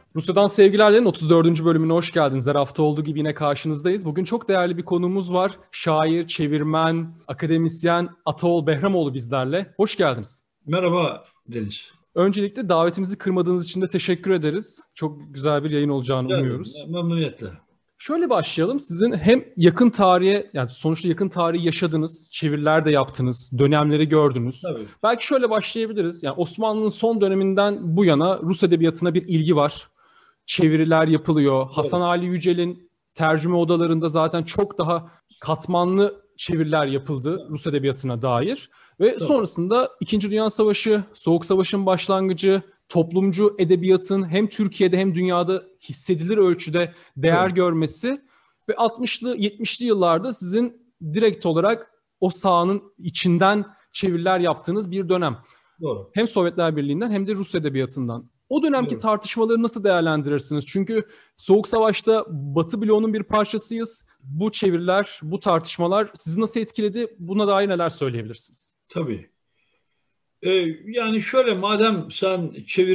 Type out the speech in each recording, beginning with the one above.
Rusya'dan Sevgilerlerin 34. bölümüne hoş geldiniz. Her hafta olduğu gibi yine karşınızdayız. Bugün çok değerli bir konuğumuz var. Şair, çevirmen, akademisyen Ataol Behramoğlu bizlerle. Hoş geldiniz. Merhaba Deniz. Öncelikle davetimizi kırmadığınız için de teşekkür ederiz. Çok güzel bir yayın olacağını Rica ederim. umuyoruz. Memnuniyetle. Şöyle başlayalım. Sizin hem yakın tarihe, yani sonuçta yakın tarihi yaşadınız, çeviriler de yaptınız, dönemleri gördünüz. Tabii. Belki şöyle başlayabiliriz. Yani Osmanlı'nın son döneminden bu yana Rus edebiyatına bir ilgi var. Çeviriler yapılıyor. Hasan Doğru. Ali Yücel'in tercüme odalarında zaten çok daha katmanlı çeviriler yapıldı Rus edebiyatına dair. Ve Tabii. sonrasında İkinci Dünya Savaşı, Soğuk Savaş'ın başlangıcı, toplumcu edebiyatın hem Türkiye'de hem dünyada hissedilir ölçüde değer Doğru. görmesi ve 60'lı 70'li yıllarda sizin direkt olarak o sahanın içinden çeviriler yaptığınız bir dönem. Doğru. Hem Sovyetler Birliği'nden hem de Rus edebiyatından. O dönemki Doğru. tartışmaları nasıl değerlendirirsiniz? Çünkü Soğuk Savaş'ta Batı bloğunun bir parçasıyız. Bu çeviriler, bu tartışmalar sizi nasıl etkiledi? Buna dair neler söyleyebilirsiniz? Tabii. Ee, Yani şöyle madem sen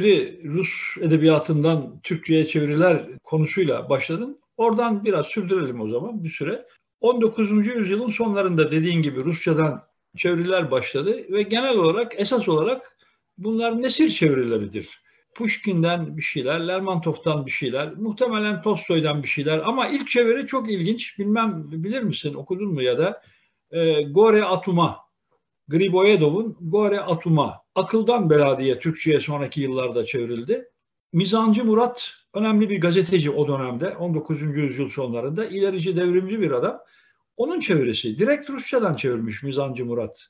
Rus edebiyatından Türkçe'ye çeviriler konusuyla başladın, oradan biraz sürdürelim o zaman bir süre. 19. yüzyılın sonlarında dediğin gibi Rusçadan çeviriler başladı ve genel olarak, esas olarak bunlar nesir çevirileridir. Pushkin'den bir şeyler, Lermontov'tan bir şeyler, muhtemelen Tolstoy'dan bir şeyler ama ilk çeviri çok ilginç. Bilmem bilir misin, okudun mu ya da Gore Atuma. Griboyedov'un Gore Atuma, Akıldan Bela diye Türkçe'ye sonraki yıllarda çevrildi. Mizancı Murat önemli bir gazeteci o dönemde, 19. yüzyıl sonlarında, ilerici devrimci bir adam. Onun çevirisi, direkt Rusçadan çevirmiş Mizancı Murat.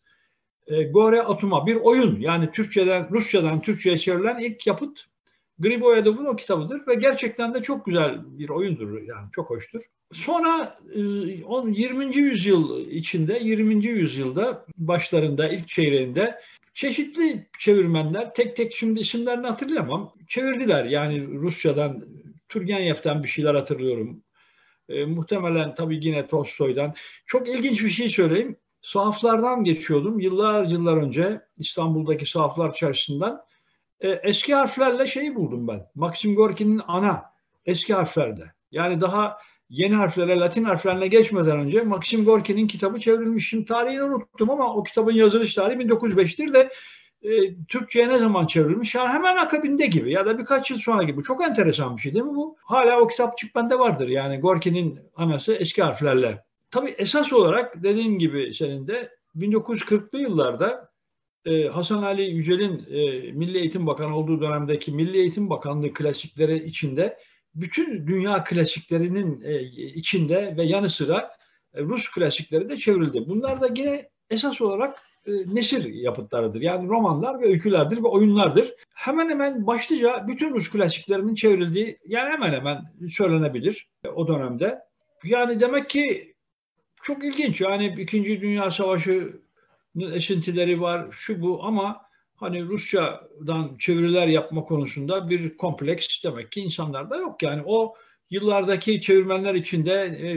Gore Atuma bir oyun, yani Rusçadan Türkçe'ye çevrilen ilk yapıt Griboyedov'un o kitabıdır ve gerçekten de çok güzel bir oyundur, yani çok hoştur. Sonra 20. yüzyıl içinde, 20. yüzyılda başlarında, ilk çeyreğinde çeşitli çevirmenler, tek tek şimdi isimlerini hatırlayamam, çevirdiler. Yani Rusçadan, Turgenev'ten bir şeyler hatırlıyorum. Muhtemelen tabii yine Tolstoy'dan. Çok ilginç bir şey söyleyeyim. Sahaflardan geçiyordum yıllar önce, İstanbul'daki sahaflar çarşısından. Eski harflerle şeyi buldum ben. Maxim Gorki'nin ana eski harflerde. Yani daha yeni harflere, Latin harflerine geçmeden önce Maxim Gorki'nin kitabı çevrilmiş. Şimdi tarihini unuttum ama o kitabın yazılış tarihi 1905'tir de Türkçe'ye ne zaman çevrilmiş? Yani hemen akabinde gibi ya da birkaç yıl sonra gibi. Çok enteresan bir şey değil mi bu? Hala o kitapçık bende vardır. Yani Gorki'nin anası eski harflerle. Tabii esas olarak dediğim gibi senin de 1940'lı yıllarda Hasan Ali Yücel'in Milli Eğitim Bakanı olduğu dönemdeki Milli Eğitim Bakanlığı klasikleri içinde bütün dünya klasiklerinin içinde ve yanı sıra Rus klasikleri de çevrildi. Bunlar da yine esas olarak nesir yapıtlarıdır. Yani romanlar ve öykülerdir ve oyunlardır. Hemen hemen başlıca bütün Rus klasiklerinin çevrildiği, yani hemen hemen söylenebilir o dönemde. Yani demek ki çok ilginç. Yani İkinci Dünya Savaşı esintileri var, şu bu, ama hani Rusçadan çeviriler yapma konusunda bir kompleks demek ki insanlarda yok. Yani o yıllardaki çevirmenler içinde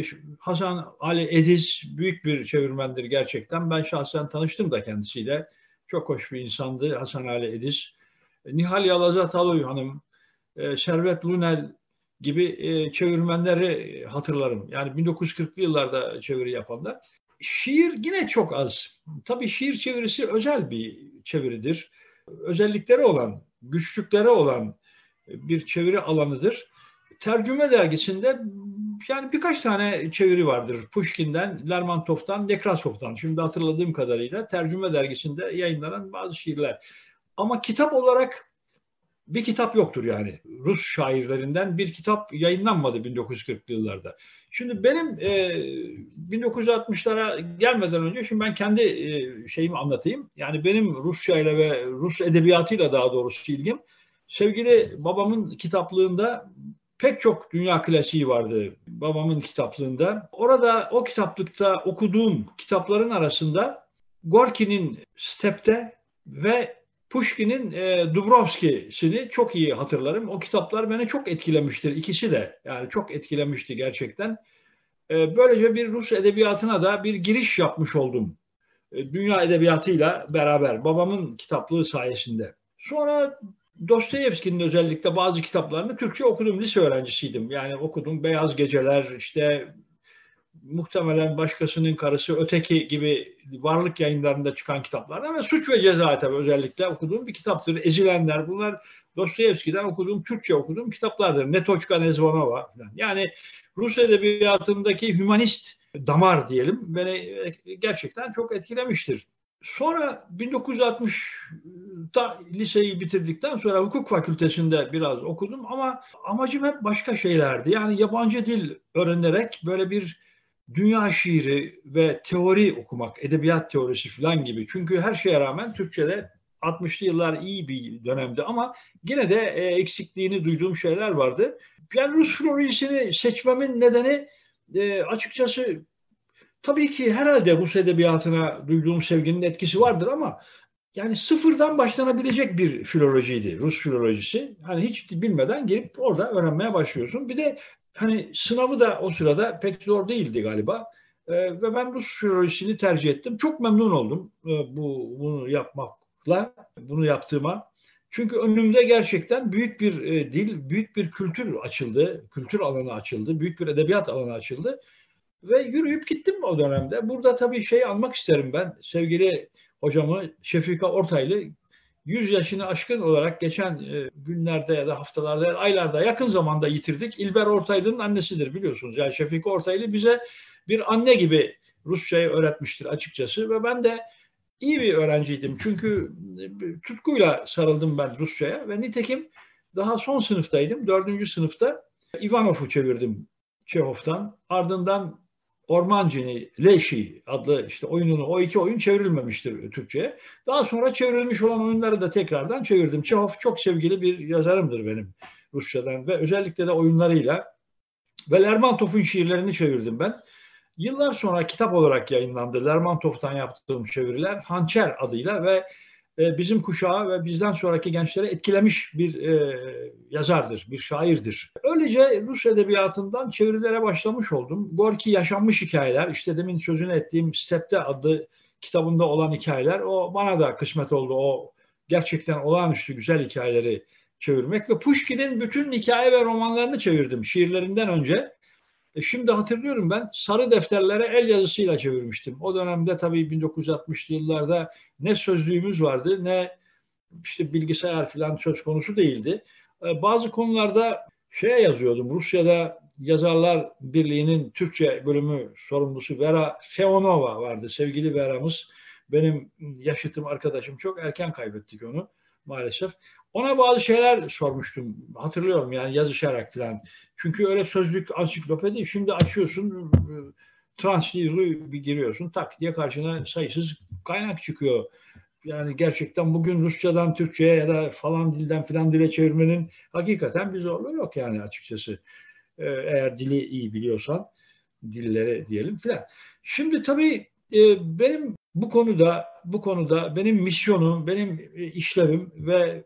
Hasan Ali Ediz büyük bir çevirmendir gerçekten. Ben şahsen tanıştım da kendisiyle. Çok hoş bir insandı Hasan Ali Ediz. Nihal Yalazataloy Hanım, Servet Lunel gibi çevirmenleri hatırlarım. Yani 1940'lı yıllarda çeviri yapanlar. Şiir yine çok az. Tabii şiir çevirisi özel bir çeviridir. Özellikleri olan, güçlükleri olan bir çeviri alanıdır. Tercüme dergisinde yani birkaç tane çeviri vardır. Pushkin'den, Lermontov'tan, Nekrasov'tan. Şimdi hatırladığım kadarıyla tercüme dergisinde yayınlanan bazı şiirler. Ama kitap olarak bir kitap yoktur yani. Rus şairlerinden bir kitap yayınlanmadı 1940'lı yıllarda. Şimdi benim 1960'lara gelmeden önce şimdi ben kendi şeyimi anlatayım. Yani benim Rusça ile ve Rus edebiyatıyla daha doğrusu ilgim, sevgili babamın kitaplığında pek çok dünya klasiği vardı babamın kitaplığında. Orada o kitaplıkta okuduğum kitapların arasında Gorki'nin Step'te ve Pushkin'in Dubrovski'sini çok iyi hatırlarım. O kitaplar beni çok etkilemiştir. İkisi de yani çok etkilemişti gerçekten. Böylece bir Rus edebiyatına da bir giriş yapmış oldum. Dünya edebiyatıyla beraber babamın kitaplığı sayesinde. Sonra Dostoyevski'nin özellikle bazı kitaplarını Türkçe okudum. Lise öğrencisiydim. Yani okudum. Beyaz Geceler, işte muhtemelen Başkasının Karısı, Öteki gibi varlık yayınlarında çıkan kitaplardan ve Suç ve Ceza tabii özellikle okuduğum bir kitaptır. Ezilenler, bunlar Dostoyevski'den okuduğum, Türkçe okuduğum kitaplardır. Netoçka Nezvanova falan. Yani Rus edebiyatındaki hümanist damar diyelim beni gerçekten çok etkilemiştir. Sonra 1960'ta liseyi bitirdikten sonra hukuk fakültesinde biraz okudum ama amacım hep başka şeylerdi. Yani yabancı dil öğrenerek böyle bir dünya şiiri ve teori okumak, edebiyat teorisi falan gibi. Çünkü her şeye rağmen Türkçe'de 60'lı yıllar iyi bir dönemdi ama yine de eksikliğini duyduğum şeyler vardı. Yani Rus filolojisini seçmemin nedeni açıkçası tabii ki herhalde Rus edebiyatına duyduğum sevginin etkisi vardır ama yani sıfırdan başlanabilecek bir filolojiydi Rus filolojisi. Hani hiç bilmeden girip orada öğrenmeye başlıyorsun. Bir de hani sınavı da o sırada pek zor değildi galiba. Ve ben Rus filolojisini tercih ettim. Çok memnun oldum bunu yapmakla, bunu yaptığıma. Çünkü önümde gerçekten büyük bir dil, büyük bir kültür açıldı, kültür alanı açıldı, büyük bir edebiyat alanı açıldı. Ve yürüyüp gittim o dönemde. Burada tabii şey almak isterim ben. Sevgili hocamı Şefika Ortaylı 100 yaşını aşkın olarak geçen günlerde ya da haftalarda, aylarda, yakın zamanda yitirdik. İlber Ortaylı'nın annesidir biliyorsunuz. Yani Şefika Ortaylı bize bir anne gibi Rusçayı öğretmiştir açıkçası ve ben de iyi bir öğrenciydim. Çünkü tutkuyla sarıldım ben Rusçaya ve nitekim daha son sınıftaydım. 4. sınıfta Ivanov'u çevirdim Çehov'tan. Ardından Ormancini, Leşi adlı işte oyununu, o iki oyun çevrilmemiştir Türkçe'ye. Daha sonra çevrilmiş olan oyunları da tekrardan çevirdim. Çehov çok sevgili bir yazarımdır benim Rusçadan ve özellikle de oyunlarıyla. Ve Lermontov'un şiirlerini çevirdim ben. Yıllar sonra kitap olarak yayınlandı. Lermontov'tan yaptığım çeviriler Hançer adıyla ve bizim kuşağı ve bizden sonraki gençleri etkilemiş bir yazardır, bir şairdir. Öylece Rus edebiyatından çevirilere başlamış oldum. Gorki Yaşanmış Hikayeler, işte demin sözünü ettiğim Step'te adlı kitabında olan hikayeler, o bana da kısmet oldu. O gerçekten olağanüstü güzel hikayeleri çevirmek ve Pushkin'in bütün hikaye ve romanlarını çevirdim şiirlerinden önce. Şimdi hatırlıyorum ben sarı defterlere el yazısıyla çevirmiştim. O dönemde tabii 1960'lı yıllarda ne sözlüğümüz vardı ne işte bilgisayar falan söz konusu değildi. Bazı konularda şeye yazıyordum. Rusya'da Yazarlar Birliği'nin Türkçe bölümü sorumlusu Vera Feonova vardı. Sevgili Vera'mız benim yaşıtım arkadaşım. Çok erken kaybettik onu maalesef. Ona bazı şeyler sormuştum. Hatırlıyorum yani yazışarak falan. Çünkü öyle sözlük ansiklopedi şimdi açıyorsun translate'ı bir giriyorsun tak diye karşına sayısız kaynak çıkıyor. Yani gerçekten bugün Rusçadan Türkçe'ye ya da falan dilden filan dile çevirmenin hakikaten bir zorluğu yok yani açıkçası. Eğer dili iyi biliyorsan dilleri diyelim filan. Şimdi tabii benim bu konuda benim misyonum, benim işlevim ve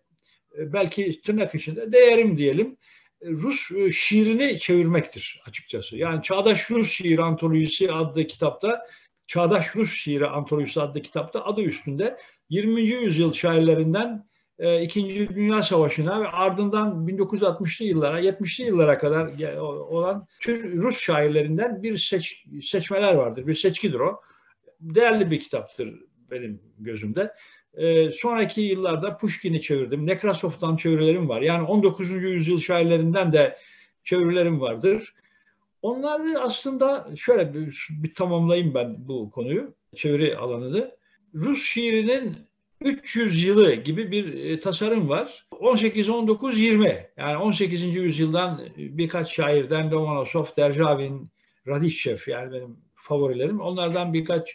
belki tırnak içinde değerim diyelim Rus şiirini çevirmektir açıkçası. Yani Çağdaş Rus Şiir Antolojisi adlı kitapta Çağdaş Rus Şiiri Antolojisi adlı kitapta adı üstünde 20. yüzyıl şairlerinden İkinci Dünya Savaşı'na ve ardından 1960'lı yıllara, 70'li yıllara kadar olan Rus şairlerinden bir seçmeler vardır. Bir seçkidir o. Değerli bir kitaptır benim gözümde. Sonraki yıllarda Pushkin'i çevirdim. Nekrasov'dan çevirilerim var. Yani 19. yüzyıl şairlerinden de çevirilerim vardır. Onları aslında şöyle bir tamamlayayım ben bu konuyu, çeviri alanını. Rus şiirinin 300 yılı gibi bir tasarım var. 18, 19, 20. Yani 18. yüzyıldan birkaç şairden Lomonosov, Derjavin, Radişchev yani benim favorilerim. Onlardan birkaç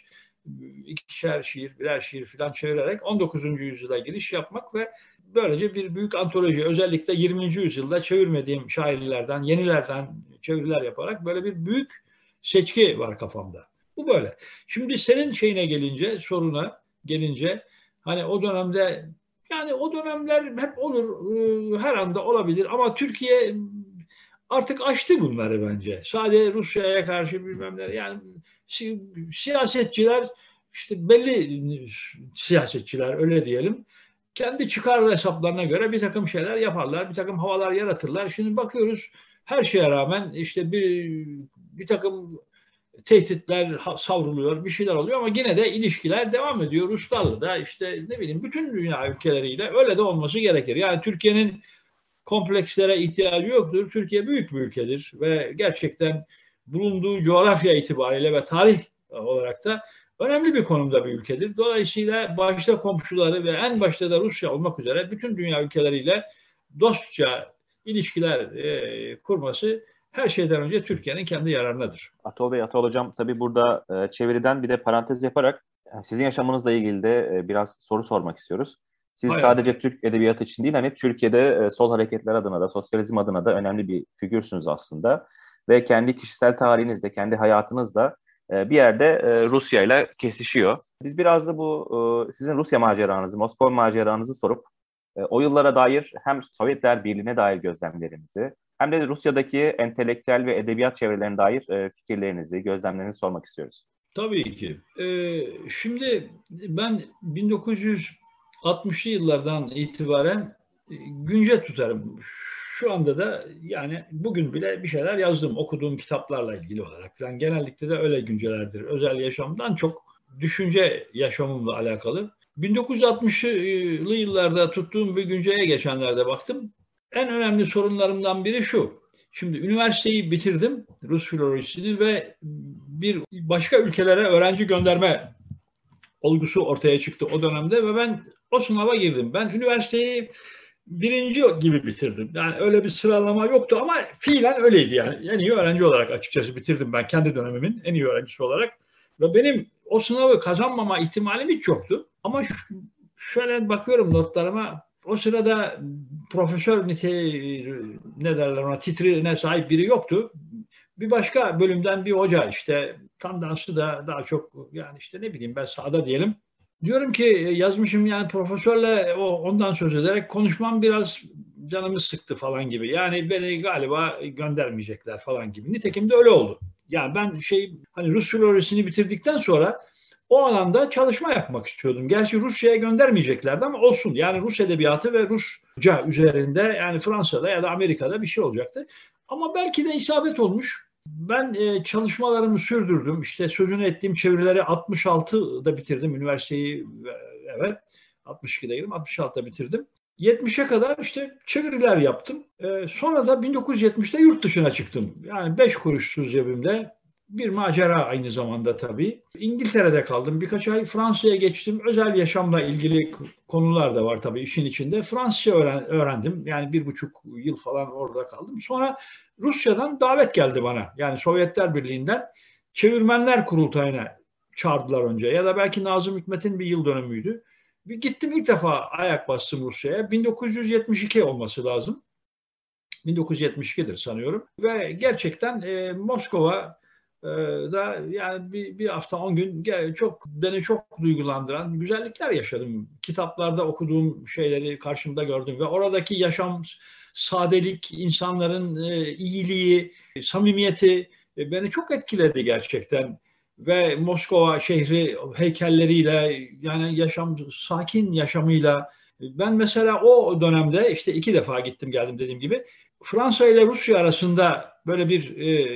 ikişer şiir, birer şiir falan çevirerek 19. yüzyıla giriş yapmak ve böylece bir büyük antoloji, özellikle 20. yüzyılda çevirmediğim şairlerden, yenilerden çeviriler yaparak böyle bir büyük seçki var kafamda. Bu böyle. Şimdi senin şeyine gelince, soruna gelince hani o dönemde yani o dönemler hep olur, her anda olabilir ama Türkiye artık aştı bunları bence. Sadece Rusya'ya karşı bilmem ne yani siyasetçiler işte belli siyasetçiler öyle diyelim kendi çıkar hesaplarına göre bir takım şeyler yaparlar, bir takım havalar yaratırlar. Şimdi bakıyoruz her şeye rağmen işte bir takım tehditler savruluyor, bir şeyler oluyor ama yine de ilişkiler devam ediyor. Ruslarla da işte ne bileyim bütün dünya ülkeleriyle öyle de olması gerekir. Yani Türkiye'nin komplekslere ihtiyacı yoktur. Türkiye büyük bir ülkedir ve gerçekten bulunduğu coğrafya itibariyle ve tarih olarak da önemli bir konumda bir ülkedir. Dolayısıyla başta komşuları ve en başta da Rusya olmak üzere bütün dünya ülkeleriyle dostça ilişkiler kurması her şeyden önce Türkiye'nin kendi yararınadır. Atol Bey, Atol Hocam tabii burada çeviriden bir de parantez yaparak sizin yaşamınızla ilgili de biraz soru sormak istiyoruz. Siz Hayır. sadece Türk edebiyatı için değil, hani Türkiye'de sol hareketler adına da, sosyalizm adına da önemli bir figürsünüz aslında. Ve kendi kişisel tarihinizde, kendi hayatınızda bir yerde Rusya ile kesişiyor. Biz biraz da bu sizin Rusya maceranızı, Moskova maceranızı sorup o yıllara dair hem Sovyetler Birliği'ne dair gözlemlerinizi hem de Rusya'daki entelektüel ve edebiyat çevrelerine dair fikirlerinizi, gözlemlerinizi sormak istiyoruz. Tabii ki. Şimdi ben 1960'lı yıllardan itibaren günce tutarım. Şu anda da yani bugün bile bir şeyler yazdım okuduğum kitaplarla ilgili olarak. Yani genellikle de öyle güncelerdir. Özel yaşamdan çok düşünce yaşamımla alakalı. 1960'lı yıllarda tuttuğum bir günceye geçenlerde baktım. En önemli sorunlarımdan biri şu. Şimdi üniversiteyi bitirdim, Rus filolojisini ve bir başka ülkelere öğrenci gönderme olgusu ortaya çıktı o dönemde ve ben o sınava girdim. Ben üniversiteyi birinci gibi bitirdim. Yani öyle bir sıralama yoktu ama fiilen öyleydi yani. En iyi öğrenci olarak açıkçası bitirdim ben kendi dönemimin en iyi öğrencisi olarak. Ve benim o sınavı kazanmama ihtimalim hiç yoktu. Ama şöyle bakıyorum notlarıma. O sırada profesör ne derler ona titrine sahip biri yoktu. Bir başka bölümden bir hoca işte tandansı da daha çok yani işte ne bileyim ben sahada diyelim. Diyorum ki yazmışım yani profesörle ondan söz ederek konuşmam biraz canımı sıktı falan gibi. Yani beni galiba göndermeyecekler falan gibi. Nitekim de öyle oldu. Yani ben hani Rus filolojisini bitirdikten sonra o alanda çalışma yapmak istiyordum. Gerçi Rusya'ya göndermeyeceklerdi ama olsun. Yani Rus edebiyatı ve Rusça üzerinde yani Fransa'da ya da Amerika'da bir şey olacaktı. Ama belki de isabet olmuş. Ben çalışmalarımı sürdürdüm. İşte sözünü ettiğim çevirileri 66'da bitirdim üniversiteyi. Evet, 62'de girdim, 66'da bitirdim. 70'e kadar işte çeviriler yaptım. Sonra da 1970'te yurt dışına çıktım. Yani 5 kuruşsuz cebimde. Bir macera aynı zamanda tabii. İngiltere'de kaldım. Birkaç ay Fransa'ya geçtim. Özel yaşamla ilgili konular da var tabii işin içinde. Fransızca öğrendim. Yani 1,5 yıl falan orada kaldım. Sonra Rusya'dan davet geldi bana. Yani Sovyetler Birliği'nden çevirmenler kurultayına çağırdılar önce. Ya da belki Nazım Hikmet'in bir yıl dönümüydü. Bir gittim ilk defa ayak bastım Rusya'ya. 1972 olması lazım. 1972'dir sanıyorum. Ve gerçekten Moskova da yani bir hafta 10 gün beni çok duygulandıran güzellikler yaşadım. Kitaplarda okuduğum şeyleri karşımda gördüm ve oradaki yaşam, sadelik, insanların iyiliği, samimiyeti beni çok etkiledi gerçekten. Ve Moskova şehri heykelleriyle yani sakin yaşamıyla ben mesela o dönemde işte 2 defa gittim geldim dediğim gibi. Fransa ile Rusya arasında böyle bir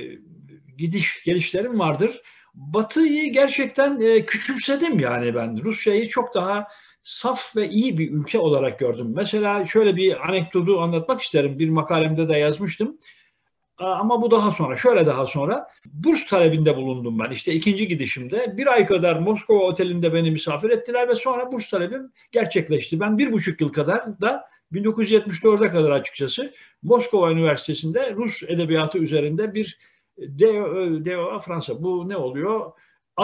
gelişlerim vardır. Batı'yı gerçekten küçümsedim yani ben. Rusya'yı çok daha saf ve iyi bir ülke olarak gördüm. Mesela şöyle bir anekdotu anlatmak isterim. Bir makalemde de yazmıştım. Ama bu daha sonra burs talebinde bulundum ben. İşte ikinci gidişimde 1 ay kadar Moskova otelinde beni misafir ettiler ve sonra burs talebim gerçekleşti. Ben 1,5 yıl kadar da 1974'e kadar açıkçası Moskova Üniversitesi'nde Rus edebiyatı üzerinde bir DEA Fransa. Bu ne oluyor?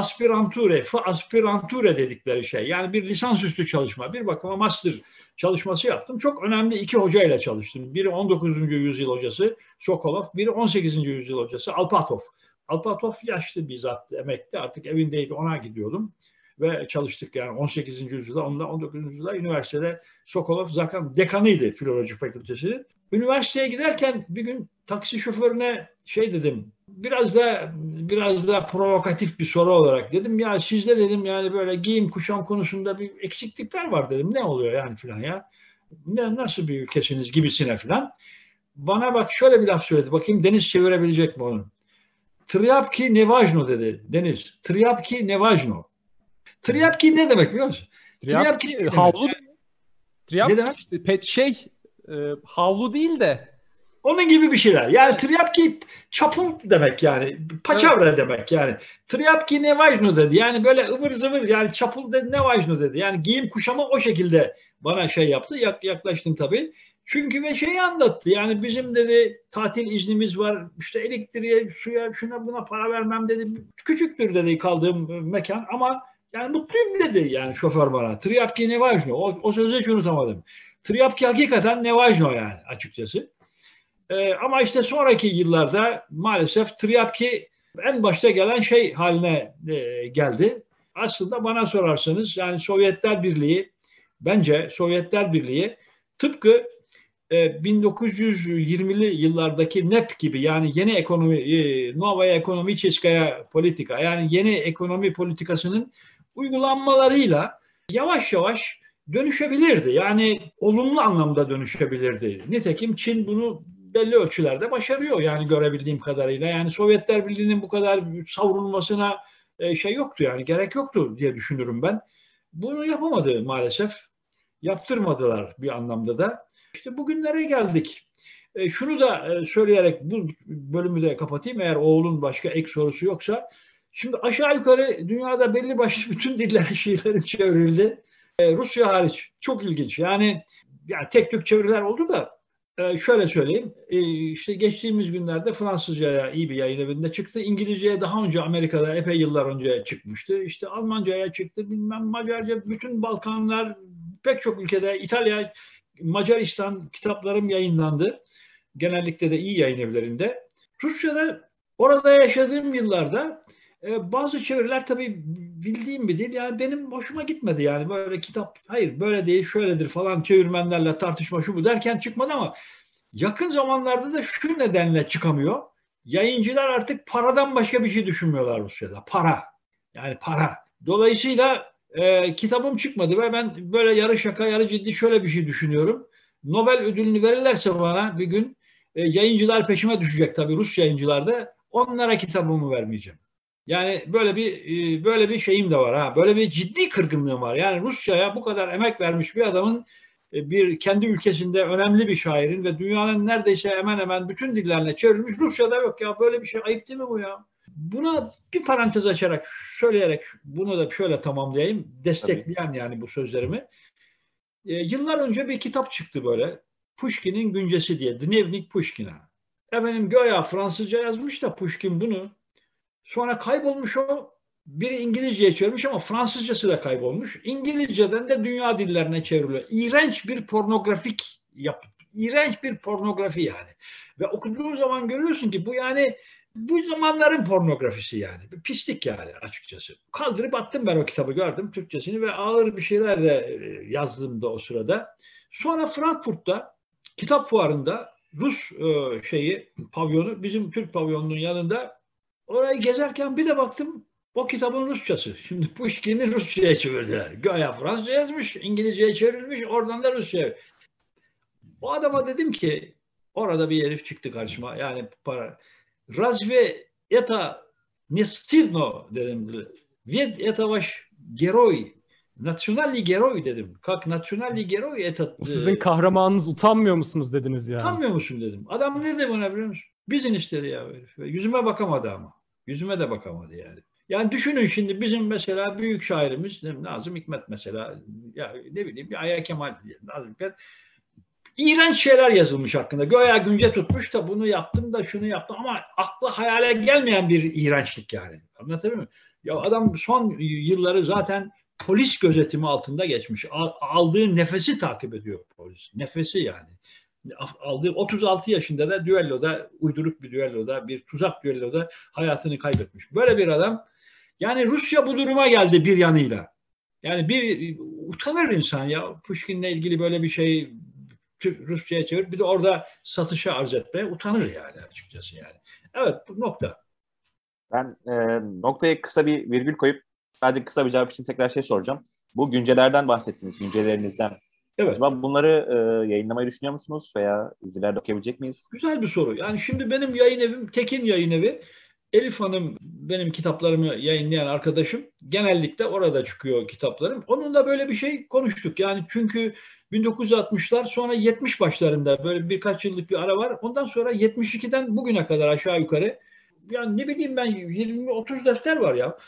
Aspiranture dedikleri şey. Yani bir lisansüstü çalışma, bir bakıma master çalışması yaptım. Çok önemli 2 hocayla çalıştım. Biri 19. yüzyıl hocası Sokolov, biri 18. yüzyıl hocası Alpatov. Alpatov yaşlı bir zat, emekli, artık evindeydi, ona gidiyordum. Ve çalıştık yani 18. yüzyılda, onunla 19. yüzyılda üniversitede Sokolov zaten dekanıydı filoloji fakültesi. Üniversiteye giderken bir gün taksi şoförüne şey dedim. Biraz da provokatif bir soru olarak dedim ya sizde dedim yani böyle giyim kuşam konusunda bir eksiklikler var dedim. Ne oluyor yani filan ya? Nasıl bir ülkesiniz gibisine filan. Bana bak şöyle bir laf söyledi. Bakayım Deniz çevirebilecek mi onu? Triyapki nevajno dedi Deniz. Triyapki nevajno. Triyapki ne demek biliyor musun? Triyapki Triyapki havlu. ne Triyapki demek? işte havlu değil de. Onun gibi bir şeyler. Yani Triyapki çapul demek yani. Paçavra demek yani. Triyapki nevajno dedi. Yani böyle ıvır zıvır yani çapul dedi nevajno dedi. Yani giyim kuşamı o şekilde bana şey yaptı. Yaklaştım tabii. Çünkü ve şeyi anlattı. Yani bizim dedi tatil iznimiz var. İşte elektriğe, suya, şuna buna para vermem dedi. Küçüktür dedi kaldığım mekan ama yani mutluyum dedi yani şoför bana. Triyapki nevajno. O sözü hiç unutamadım. Triyapki hakikaten nevajno yani açıkçası. Ama işte sonraki yıllarda maalesef Triyapki en başta gelen şey haline geldi. Aslında bana sorarsanız yani bence Sovyetler Birliği tıpkı 1920'li yıllardaki NEP gibi yani yeni ekonomi, Novaya Ekonomicheskaya Politika yani yeni ekonomi politikasının uygulanmalarıyla yavaş yavaş dönüşebilirdi. Yani olumlu anlamda dönüşebilirdi. Nitekim Çin bunu belli ölçülerde başarıyor yani görebildiğim kadarıyla. Yani Sovyetler Birliği'nin bu kadar savrulmasına şey yoktu yani gerek yoktu diye düşünürüm ben. Bunu yapamadı maalesef. Yaptırmadılar bir anlamda da. İşte bugünlere geldik. Şunu da söyleyerek bu bölümü de kapatayım eğer oğlun başka ek sorusu yoksa. Şimdi aşağı yukarı dünyada belli başlı bütün dillere şiirlerin çevrildi. Rusya hariç. Çok ilginç. Yani tek tük çeviriler oldu da şöyle söyleyeyim. İşte geçtiğimiz günlerde Fransızca'ya iyi bir yayın evinde çıktı. İngilizce'ye daha önce Amerika'da epey yıllar önce çıkmıştı. İşte Almanca'ya çıktı. Bilmem Macarca, bütün Balkanlar, pek çok ülkede, İtalya, Macaristan kitaplarım yayınlandı. Genellikle de iyi yayın evlerinde. Rusya'da orada yaşadığım yıllarda bazı çeviriler tabii bildiğim bir dil. Yani benim hoşuma gitmedi yani böyle kitap hayır böyle değil şöyledir falan çevirmenlerle tartışma şu bu derken çıkmadı ama yakın zamanlarda da şu nedenle çıkamıyor. Yayıncılar artık paradan başka bir şey düşünmüyorlar Rusya'da. Para. Yani para. Dolayısıyla kitabım çıkmadı ve ben böyle yarı şaka yarı ciddi şöyle bir şey düşünüyorum. Nobel ödülünü verirlerse bana bir gün yayıncılar peşime düşecek tabii Rus yayıncılar da onlara kitabımı vermeyeceğim. Yani böyle bir şeyim de var ha. Böyle bir ciddi kırgınlığım var. Yani Rusya'ya bu kadar emek vermiş bir adamın bir kendi ülkesinde önemli bir şairin ve dünyanın neredeyse hemen hemen bütün dillerine çevrilmiş Rusya'da yok ya. Böyle bir şey ayıp değil mi bu ya? Buna bir parantez açarak söyleyerek bunu da şöyle tamamlayayım. Destekleyen tabii. Yani bu sözlerimi. Yıllar önce bir kitap çıktı böyle. Pushkin'in Güncesi diye. Dnevnik Pushkin'a. Efendim göya Fransızca yazmış da Pushkin bunu. Sonra kaybolmuş o. Biri İngilizceye çevirmiş ama Fransızcası da kaybolmuş. İngilizceden de dünya dillerine çevriliyor. İğrenç bir pornografik İğrenç bir pornografi yani. Ve okuduğun zaman görüyorsun ki bu yani bu zamanların pornografisi yani. Bir pislik yani açıkçası. Kaldırıp attım ben o kitabı gördüm Türkçesini ve ağır bir şeyler de yazdım da o sırada. Sonra Frankfurt'ta kitap fuarında Rus pavyonu bizim Türk pavyonunun yanında orayı gezerken bir de baktım o kitabın Rusçası. Şimdi Pushkin'i Rusça'ya çevirdiler. Göya Fransızca yazmış, İngilizce'ye çevrilmiş, oradan da Rusça'ya. O adama dedim ki orada bir herif çıktı karşıma. Yani para. Razve eta ne stidno dedim. Ved eta vaş geroj. Nasyonalli geroj dedim. Kak nasyonalli geroj eta. Bu sizin kahramanınız, utanmıyor musunuz dediniz yani. Utanmıyor musun dedim. Adam ne dedi bana biliyor musun? Bizin istedi ya herif. Yüzüme bakamadı ama. Yüzüme de bakamadı yani. Yani düşünün şimdi bizim mesela büyük şairimiz Nazım Hikmet mesela ya ne bileyim Yahya Kemal Nazım Hikmet İğrenç şeyler yazılmış hakkında. Göya günce tutmuş da bunu yaptım da şunu yaptım ama akla hayale gelmeyen bir iğrençlik yani. Anlatabiliyor muyum? Ya adam son yılları zaten polis gözetimi altında geçmiş. Aldığı nefesi takip ediyor polis. Nefesi yani. Aldığı 36 yaşında da düelloda, uyduruk bir düelloda, bir tuzak düelloda hayatını kaybetmiş. Böyle bir adam. Yani Rusya bu duruma geldi bir yanıyla. Yani bir utanır insan ya. Pushkin'le ilgili böyle bir şey Rusça'ya çevir. Bir de orada satışa arz etmeye utanır yani açıkçası yani. Evet, bu nokta. Ben noktaya kısa bir virgül koyup sadece kısa bir cevap için tekrar şey soracağım. Bu güncelerden bahsettiniz, güncellerinizden. Evet. Acaba bunları yayınlamayı düşünüyor musunuz veya dizilerde okuyabilecek miyiz? Güzel bir soru. Yani şimdi benim yayın evim Tekin Yayın Evi. Elif Hanım benim kitaplarımı yayınlayan arkadaşım. Genellikle orada çıkıyor kitaplarım. Onunla böyle bir şey konuştuk. Yani çünkü 1960'lar sonra 70 başlarında böyle birkaç yıllık bir ara var. Ondan sonra 72'den bugüne kadar aşağı yukarı yani ne bileyim ben 20-30 defter var ya.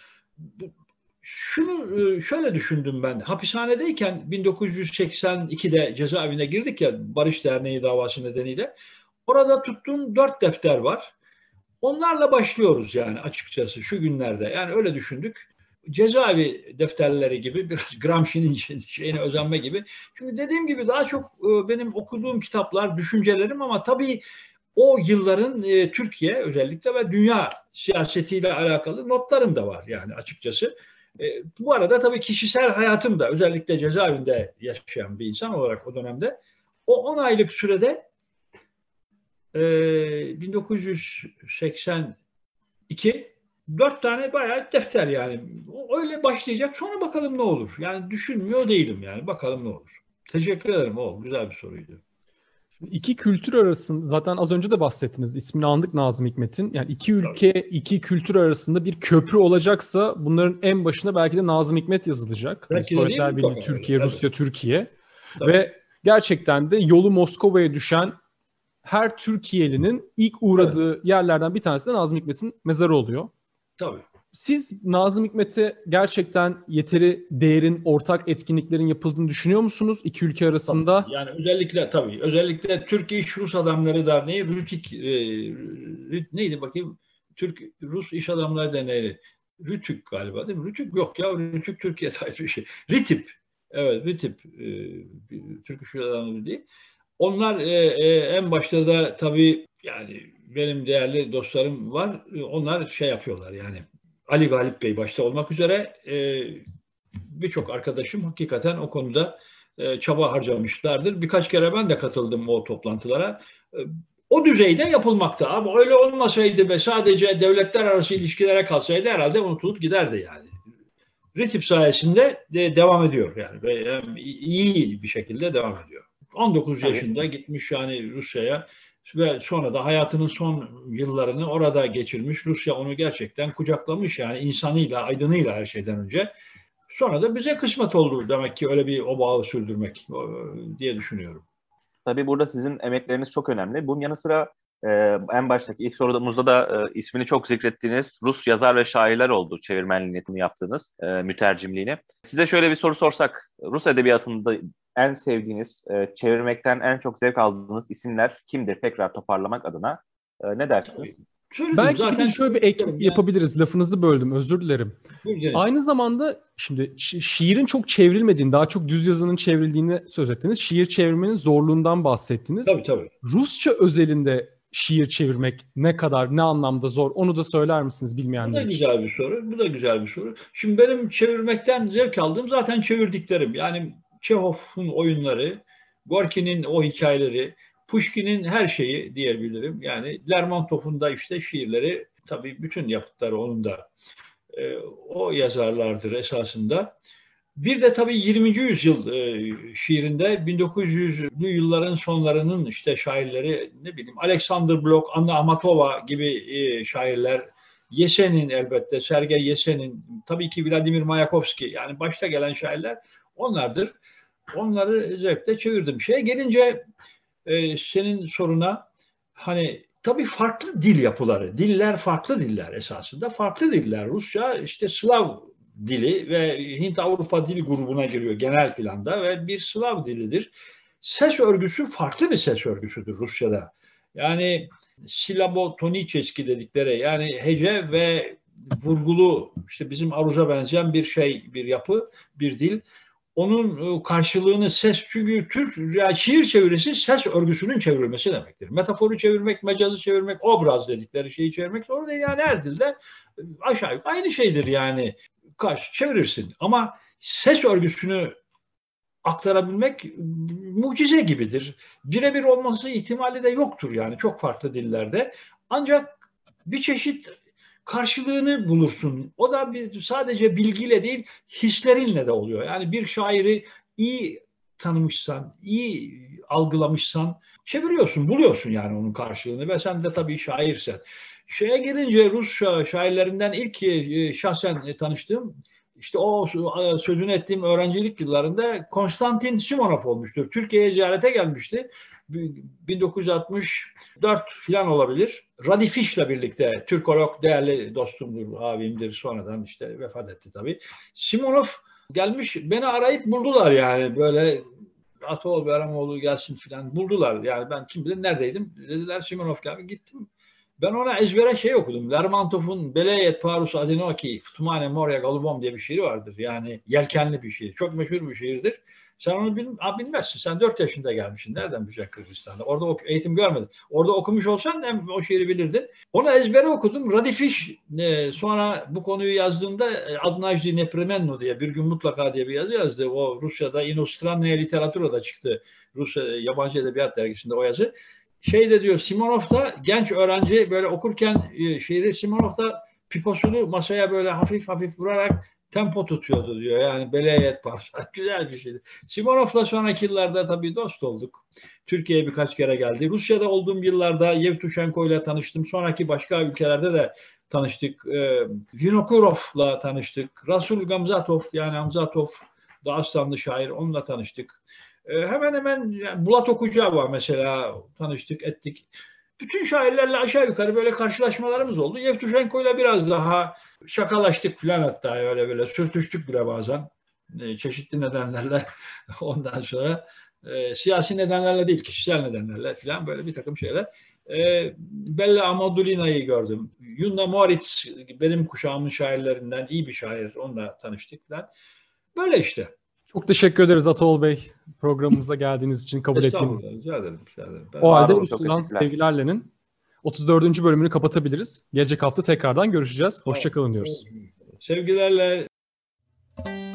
Şunu şöyle düşündüm ben. Hapishanedeyken 1982'de cezaevine girdik ya Barış Derneği davası nedeniyle. Orada tuttuğum 4 defter var. Onlarla başlıyoruz yani açıkçası şu günlerde. Yani öyle düşündük. Cezaevi defterleri gibi biraz Gramsci'nin şeyine özenme gibi. Çünkü dediğim gibi daha çok benim okuduğum kitaplar, düşüncelerim ama tabii o yılların Türkiye özellikle ve dünya siyasetiyle alakalı notlarım da var yani açıkçası. Bu arada tabii kişisel hayatım da özellikle cezaevinde yaşayan bir insan olarak o dönemde o 10 aylık sürede 1982 4 tane bayağı defter yani. Öyle başlayacak. Sonra bakalım ne olur. Yani düşünmüyor değilim yani. Bakalım ne olur. Teşekkür ederim. O güzel bir soruydu. İki kültür arasında zaten az önce de bahsettiniz. İsmini andık Nazım Hikmet'in. Yani iki ülke, iki kültür arasında bir köprü olacaksa bunların en başına belki de Nazım Hikmet yazılacak. Hani Belki de değil Sovyetler mi? Birliği, Tabii. Türkiye, Tabii. Rusya, Türkiye. Tabii. Ve gerçekten de yolu Moskova'ya düşen her Türkiye'linin ilk uğradığı yerlerden bir tanesi de Nazım Hikmet'in mezarı oluyor. Tabii. Siz Nazım Hikmet'e gerçekten yeteri değerin, ortak etkinliklerin yapıldığını düşünüyor musunuz iki ülke arasında? Tabii. Yani özellikle Türkiye İş Rus Adamları Derneği Rütük neydi bakayım? Rus İş Adamları Derneği Rütük galiba değil mi? Rütük yok ya, Rütük Türkiye'de ayrı bir şey. RİTİP. Evet, RİTİP Türk İş Adamları değil. Onlar en başta da tabii yani benim değerli dostlarım var. Onlar şey yapıyorlar yani Ali Galip Bey başta olmak üzere birçok arkadaşım hakikaten o konuda çaba harcamışlardır. Birkaç kere ben de katıldım o toplantılara. O düzeyde yapılmakta. Ama öyle olmasaydı ve sadece devletler arası ilişkilere kalsaydı herhalde unutulup giderdi yani. RİTİP sayesinde devam ediyor yani ve iyi bir şekilde devam ediyor. 19 yaşında gitmiş yani Rusya'ya ve sonra da hayatının son yıllarını orada geçirmiş. Rusya onu gerçekten kucaklamış yani insanıyla, aydınıyla her şeyden önce. Sonra da bize kısmet oldu demek ki öyle bir o bağı sürdürmek diye düşünüyorum. Tabii burada sizin emekleriniz çok önemli. Bunun yanı sıra en baştaki ilk sorumuzda da ismini çok zikrettiğiniz Rus yazar ve şairler oldu. Çevirmenliğini yaptığınız, mütercimliğini. Size şöyle bir soru sorsak, Rus edebiyatında en sevdiğiniz, çevirmekten en çok zevk aldığınız isimler kimdir? Tekrar toparlamak adına ne dersiniz? Söyledim, Belki zaten bir de şöyle bir ek yani, yapabiliriz. Lafınızı böldüm, özür dilerim. Aynı zamanda şimdi şiirin çok çevrilmediğini, daha çok düz yazının çevrildiğini söz ettiniz. Şiir çevirmenin zorluğundan bahsettiniz. Tabii. Rusça özelinde şiir çevirmek ne kadar, ne anlamda zor? Onu da söyler misiniz bilmeyenler için? Bu da güzel bir soru. Şimdi benim çevirmekten zevk aldığım zaten çevirdiklerim. Yani Çehov'un oyunları, Gorki'nin o hikayeleri, Pushkin'in her şeyi diyebilirim. Yani Lermontov'un da işte şiirleri, tabii bütün yapıtları onun da o yazarlardır esasında. Bir de tabii 20. yüzyıl şiirinde 1900'lü yılların sonlarının işte şairleri ne bileyim Alexander Blok, Anna Amatova gibi şairler, Yesenin elbette, Sergey Yesenin, tabii ki Vladimir Mayakovski yani başta gelen şairler onlardır. Onları zevkle çevirdim. Şeye gelince senin soruna hani tabii farklı dil yapıları, diller farklı diller esasında. Farklı diller. Rusça işte Slav dili ve Hint-Avrupa dil grubuna giriyor genel planda ve bir Slav dilidir. Ses örgüsü farklı bir ses örgüsüdür Rusça'da. Yani silabotoniçeski dedikleri yani hece ve vurgulu işte bizim aruza benzeyen bir şey, bir yapı, bir dil. Onun karşılığını ses çünkü yani şiir çevirisi ses örgüsünün çevrilmesi demektir. Metaforu çevirmek, mecazı çevirmek, obraz dedikleri şeyi çevirmek zor değil. Yani her dilde aşağı yukarı aynı şeydir yani. Çevirirsin ama ses örgüsünü aktarabilmek mucize gibidir. Birebir olması ihtimali de yoktur yani çok farklı dillerde. Ancak bir çeşit karşılığını bulursun. O da sadece bilgiyle değil, hislerinle de oluyor. Yani bir şairi iyi tanımışsan, iyi algılamışsan çeviriyorsun, buluyorsun yani onun karşılığını ve sen de tabii şairsen. Şeye gelince Rus şairlerinden ilk şahsen tanıştığım işte o sözünü ettiğim öğrencilik yıllarında Konstantin Simonov olmuştur. Türkiye'ye ziyarete gelmişti. 1964 falan olabilir. Radi Fish'le birlikte Türkolog değerli dostumdur, abimdir. Sonradan işte vefat etti tabii. Simonov gelmiş, beni arayıp buldular yani böyle Atol Behramoğlu gelsin falan buldular. Yani ben kim bilir neredeydim. Dediler Simonov geldi. Gittim. Ben ona ezbere şey okudum. Lermontov'un Beleyet Parus Adinoki Futumane Moria Galubom diye bir şiiri vardır. Yani yelkenli bir şiir. Çok meşhur bir şiirdir. Sen onu bilmezsin. Sen 4 yaşında gelmişsin. Nereden bileceksin Kırgızistan'da? Orada eğitim görmedin. Orada okumuş olsan hem o şiiri bilirdin. Onu ezbere okudum. Radi Fish sonra bu konuyu yazdığında Adnajdi Nepremenno diye bir gün mutlaka diye bir yazı yazdı. O Rusya'da Inostranная Literatura'da çıktı. Rusya Yabancı Edebiyat Dergisi'nde o yazı. Şey de diyor Simonov da genç öğrenci böyle okurken şiiri Simonov da piposunu masaya böyle hafif hafif vurarak tempo tutuyordu diyor. Yani beleyet parça. Güzel bir şeydi. Simonov'la sonraki yıllarda tabii dost olduk. Türkiye'ye birkaç kere geldi. Rusya'da olduğum yıllarda Yevtushenko ile tanıştım. Sonraki başka ülkelerde de tanıştık. Vinokurov'la tanıştık. Rasul Gamzatov yani Hamzatov Dağıstanlı şair onunla tanıştık. Hemen hemen yani Bulat Okucağ'la mesela tanıştık, ettik. Bütün şairlerle aşağı yukarı böyle karşılaşmalarımız oldu. Yevtushenko ile biraz daha şakalaştık falan hatta öyle böyle sürtüştük bile bazen. Çeşitli nedenlerle ondan sonra siyasi nedenlerle değil kişisel nedenlerle falan böyle bir takım şeyler. Bella Amadulina'yı gördüm. Yuna Moritz benim kuşağımın şairlerinden iyi bir şair. Onunla tanıştık falan. Böyle işte. Çok teşekkür ederiz Atol Bey programımıza geldiğiniz için, kabul ettiğiniz için. Rica ederim. O halde Rusya'dan sevgilerle'nin 34. bölümünü kapatabiliriz. Gelecek hafta tekrardan görüşeceğiz. Hoşça kalın diyoruz. Sevgilerle.